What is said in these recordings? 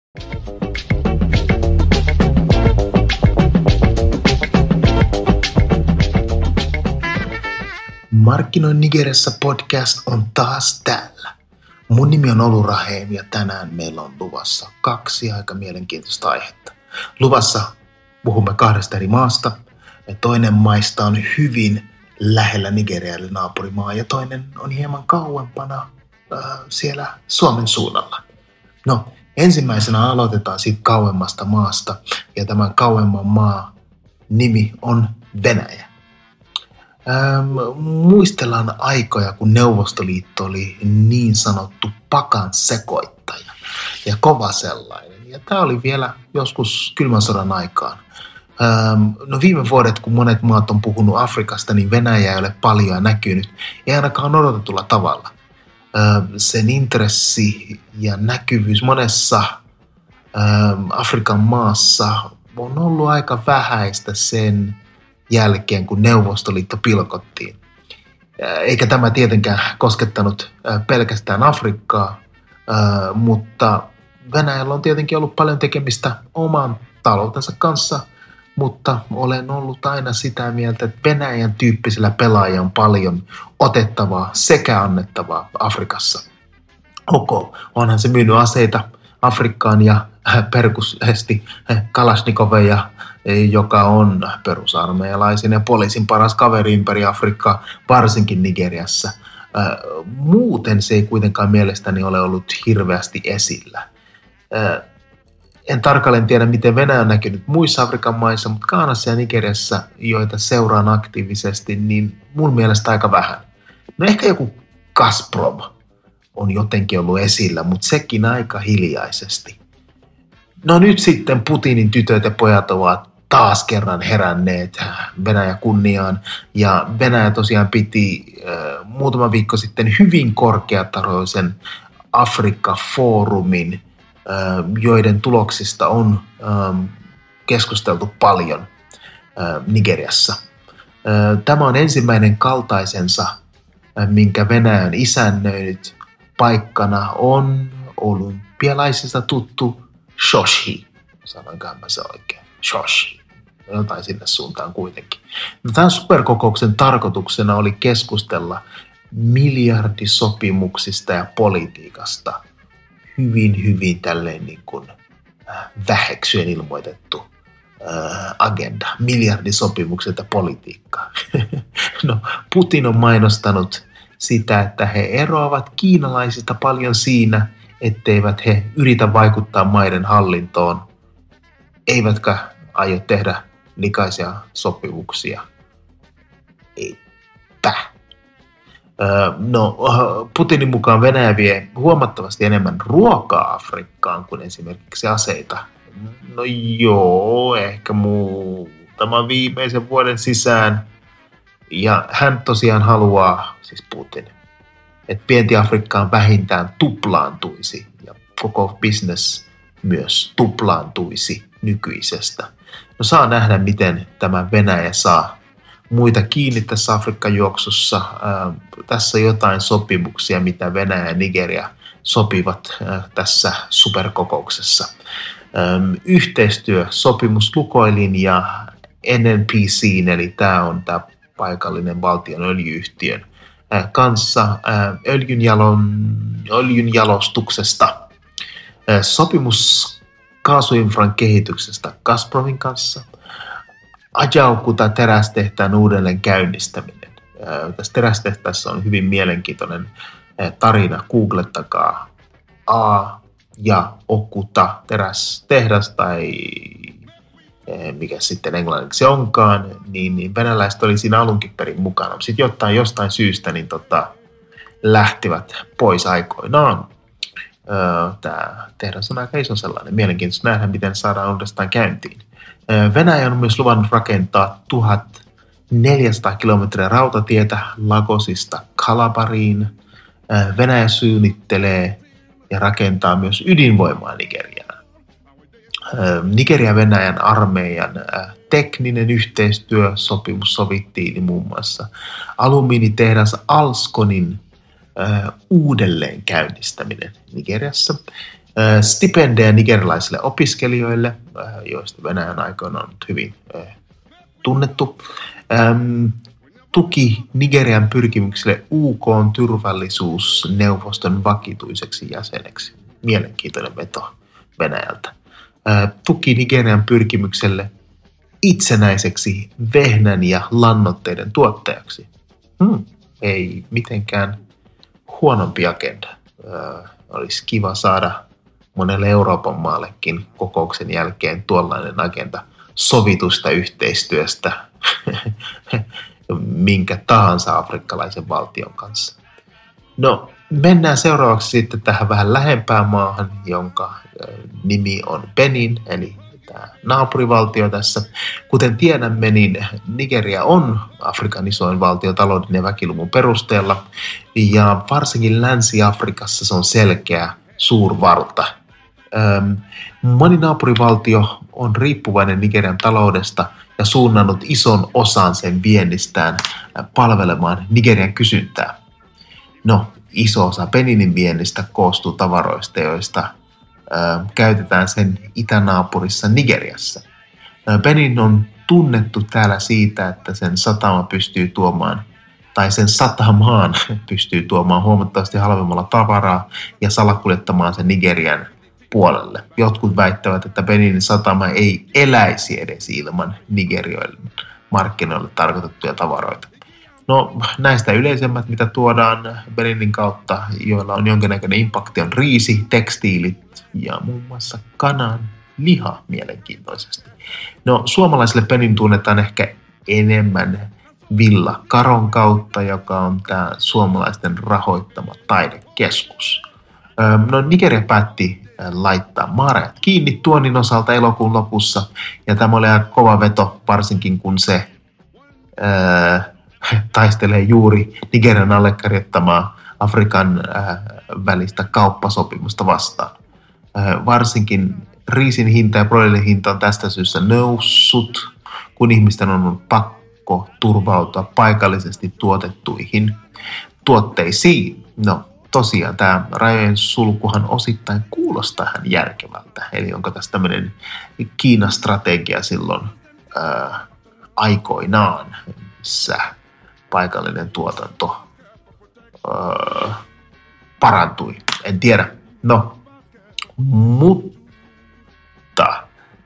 Markkinoin Nigeriassa podcast on taas täällä. Mun nimi on Olu Rahim ja tänään meillä on luvassa 2 aika mielenkiintoista aihetta. Luvassa puhumme 2 eri maasta. Toinen maista on hyvin lähellä Nigeriaa eli naapurimaa ja toinen on hieman kauempana siellä Suomen suunnalla. No, ensimmäisenä aloitetaan siitä kauemmasta maasta ja tämän kauemman maa nimi on Venäjä. Muistellaan aikoja, kun Neuvostoliitto oli niin sanottu pakan sekoittaja ja kova sellainen. Ja tämä oli vielä joskus kylmän sodan aikaan. No viime vuodet, kun monet maat on puhunut Afrikasta, niin Venäjä ei ole paljon näkynyt, ei ainakaan odotetulla tavalla. Sen intressi ja näkyvyys monessa Afrikan maassa on ollut aika vähäistä sen jälkeen, kun Neuvostoliitto pilkottiin. Eikä tämä tietenkään koskettanut pelkästään Afrikkaa, mutta Venäjällä on tietenkin ollut paljon tekemistä oman taloutensa kanssa, mutta olen ollut aina sitä mieltä, että Venäjän tyyppisellä pelaajalla on paljon otettavaa sekä annettavaa Afrikassa. Onhan se myynyt aseita Afrikkaan ja perkushesti Kalashnikovia, joka on perusarmeijalaisen ja poliisin paras kaveri ympäri Afrikkaa, varsinkin Nigeriassa. Muuten se ei kuitenkaan mielestäni ole ollut hirveästi esillä. En tarkalleen tiedä, miten Venäjä on näkynyt muissa Afrikan maissa, mutta Ghanassa ja Nigeriassa, joita seuraan aktiivisesti, niin mun mielestä aika vähän. No ehkä joku Gazprom on jotenkin ollut esillä, mutta sekin aika hiljaisesti. No nyt sitten Putinin tytöt ja pojat ovat taas kerran heränneet Venäjä kunniaan. Ja Venäjä tosiaan piti muutama viikko sitten hyvin korkeataroisen Afrikka-foorumin, joiden tuloksista on keskusteltu paljon Nigeriassa. Tämä on ensimmäinen kaltaisensa, minkä Venäjä on isännöinyt. Paikkana on olympialaisista tuttu Sochi. Sanoinkohan mä se oikein? Sochi. Jotain sinne suuntaan kuitenkin. No, tämän superkokouksen tarkoituksena oli keskustella miljardisopimuksista ja politiikasta. Hyvin tälleen niin kuin väheksyen ilmoitettu agenda. Miljardisopimukset ja politiikkaa. No, Putin on mainostanut sitä, että he eroavat kiinalaisista paljon siinä, etteivät he yritä vaikuttaa maiden hallintoon, eivätkä aio tehdä likaisia sopimuksia. Eipä. No, Putinin mukaan Venäjä vie huomattavasti enemmän ruokaa Afrikkaan kuin esimerkiksi aseita. No joo, ehkä muutaman viimeisen vuoden sisään. Ja hän tosiaan haluaa, siis Putin, että vienti Afrikkaan vähintään tuplaantuisi ja koko business myös tuplaantuisi nykyisestä. No saa nähdä, miten tämä Venäjä saa muita kiinni tässä Afrikan juoksussa. Tässä on jotain sopimuksia, mitä Venäjä ja Nigeria sopivat tässä superkokouksessa. Yhteistyösopimus Lukoilin ja NNPC:n, eli tämä on tämä paikallinen valtion öljyyhtiön kanssa öljynjalostuksesta. Sopimus kaasuinfran kehityksestä Gazpromin kanssa. Ajaokuta terästehtaan uudelleen käynnistäminen. Tässä terästehtaassa on hyvin mielenkiintoinen tarina. Googlettakaa ja Okuta terästehdas tai mikä sitten englanniksi onkaan, niin venäläiset oli siinä alunkin perin mukana. Sitten jostain syystä niin lähtivät pois aikoinaan. Tämä tehdas on aika iso sellainen. Mielenkiintoista nähdä, miten saadaan uudestaan käyntiin. Venäjä on myös luvannut rakentaa 1400 kilometriä rautatietä Lagosista Calabariin. Venäjä suunnittelee ja rakentaa myös ydinvoimaa Nigeriaan. Nigeria-Venäjän armeijan tekninen yhteistyösopimus sovittiin muun muassa alumiinitehdas Alskonin uudelleen käynnistäminen Nigeriassa. Stipendejä nigerialaisille opiskelijoille, joista Venäjän aikoina on hyvin tunnettu. Tuki Nigerian pyrkimyksille UK:n turvallisuusneuvoston vakituiseksi jäseneksi. Mielenkiintoinen veto Venäjältä. Tuki Nigerian pyrkimykselle itsenäiseksi vehnän ja lannoitteiden tuottajaksi. Ei mitenkään huonompi agenda. Olisi kiva saada monelle Euroopan maallekin kokouksen jälkeen tuollainen agenda sovitusta yhteistyöstä minkä tahansa afrikkalaisen valtion kanssa. No, mennään seuraavaksi sitten tähän vähän lähempään maahan, jonka nimi on Benin, eli tämä naapurivaltio tässä. Kuten tiedämme, niin Nigeria on Afrikan isoin valtio talouden ja väkiluvun perusteella, ja varsinkin Länsi-Afrikassa se on selkeä suurvalta. Moni naapurivaltio on riippuvainen Nigerian taloudesta ja suunnannut ison osan sen viennistään palvelemaan Nigerian kysyntää. No, iso osa Beninin viennistä koostuu tavaroista, joista käytetään sen itänaapurissa Nigeriassa. Benin on tunnettu täällä siitä, että sen satama pystyy tuomaan, tai sen satamaan pystyy tuomaan huomattavasti halvemmalla tavaraa ja salakuljettamaan sen Nigerian puolelle. Jotkut väittävät, että Beninin satama ei eläisi edes ilman Nigerian markkinoille tarkoitettuja tavaroita. No, näistä yleisemmät, mitä tuodaan Beninin kautta, joilla on jonkinnäköinen impakti, on riisi, tekstiilit ja muun muassa kanan liha mielenkiintoisesti. No, suomalaisille Benin tunnetaan ehkä enemmän Villa Caron kautta, joka on tämä suomalaisten rahoittama taidekeskus. No, Nigeria päätti laittaa maarajat kiinni tuonnin osalta elokuun lopussa, ja tämä oli aika kova veto, varsinkin kun se taistelee juuri Nigerian allekirjoittamaa Afrikan välistä kauppasopimusta vastaan. Varsinkin riisin hinta ja broilerin hinta on tästä syystä noussut, kun ihmisten on ollut pakko turvautua paikallisesti tuotettuihin tuotteisiin. No, tosiaan tämä rajojen sulkuhan osittain kuulostaa ihan järkevältä. Eli onko tässä tämmöinen Kiinan strategia silloin aikoinaan, missä paikallinen tuotanto parantui. En tiedä. No, mutta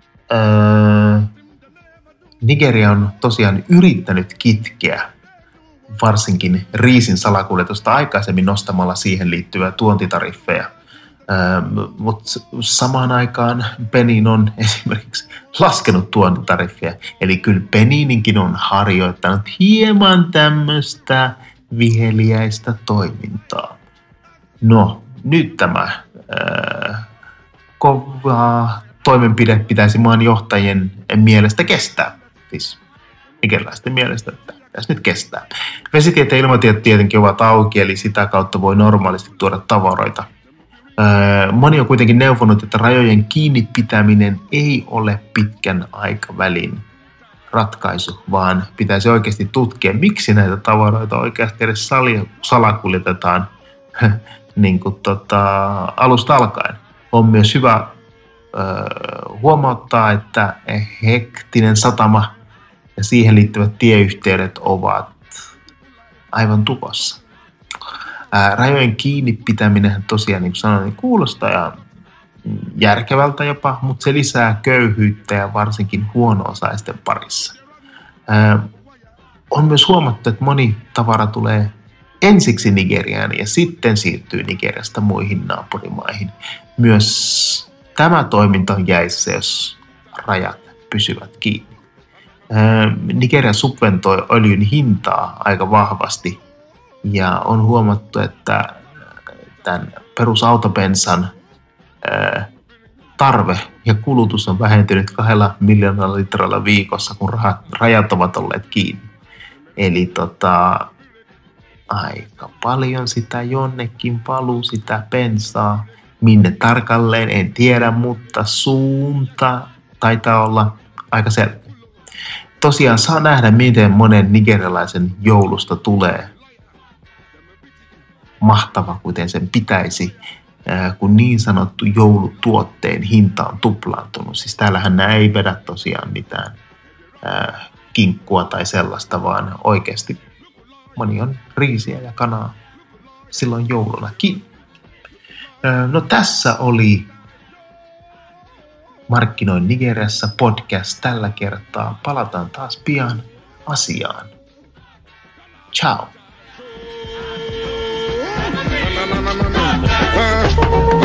Nigeria on tosiaan yrittänyt kitkeä varsinkin riisin salakuljetusta aikaisemmin nostamalla siihen liittyviä tuontitariffeja. Mutta samaan aikaan Benin on esimerkiksi laskenut tuontitariffeja. Eli kyllä Benininkin on harjoittanut hieman tämmöistä viheliäistä toimintaa. No, nyt tämä kova toimenpide pitäisi maan johtajien mielestä kestää. Siis nigerialaisten mielestä, että pitäisi nyt kestää. Vesitiet ja ilmatiet tietenkin ovat auki, eli sitä kautta voi normaalisti tuoda tavaroita. Moni on kuitenkin neuvonut, että rajojen kiinni pitäminen ei ole pitkän aikavälin ratkaisu, vaan pitäisi oikeasti tutkia, miksi näitä tavaroita oikeasti edes salakuljetetaan niin kuin alusta alkaen. On myös hyvä huomauttaa, että hektinen satama ja siihen liittyvät tieyhteydet ovat aivan tukossa. Rajojen kiinni pitäminen tosiaan, niin kuin sanoin, niin kuulostaa ja järkevältä jopa, mutta se lisää köyhyyttä ja varsinkin huono-osaisten parissa. On myös huomattu, että moni tavara tulee ensiksi Nigeriaan ja sitten siirtyy Nigeriasta muihin naapurimaihin. Myös tämä toiminta on jäissä, jos rajat pysyvät kiinni. Nigeria subventoi öljyn hintaa aika vahvasti ja on huomattu, että tämän perusautobensan tarve ja kulutus on vähentynyt 2 miljoonalla litralla viikossa, kun rajat ovat olleet kiinni. Eli aika paljon sitä jonnekin paluu sitä bensaa. Minne tarkalleen, en tiedä, mutta suunta taitaa olla aika selkeä. Tosiaan saa nähdä, miten monen nigerialaisen joulusta tulee mahtava, kuten sen pitäisi. kun niin sanottu joulutuotteen hinta on tuplaantunut. Siis täällähän nämä ei vedä tosiaan mitään kinkkua tai sellaista, vaan oikeasti moni on riisiä ja kanaa silloin joulunakin. No tässä oli Markkinoin Nigeriassa podcast tällä kertaa. Palataan taas pian asiaan. Ciao.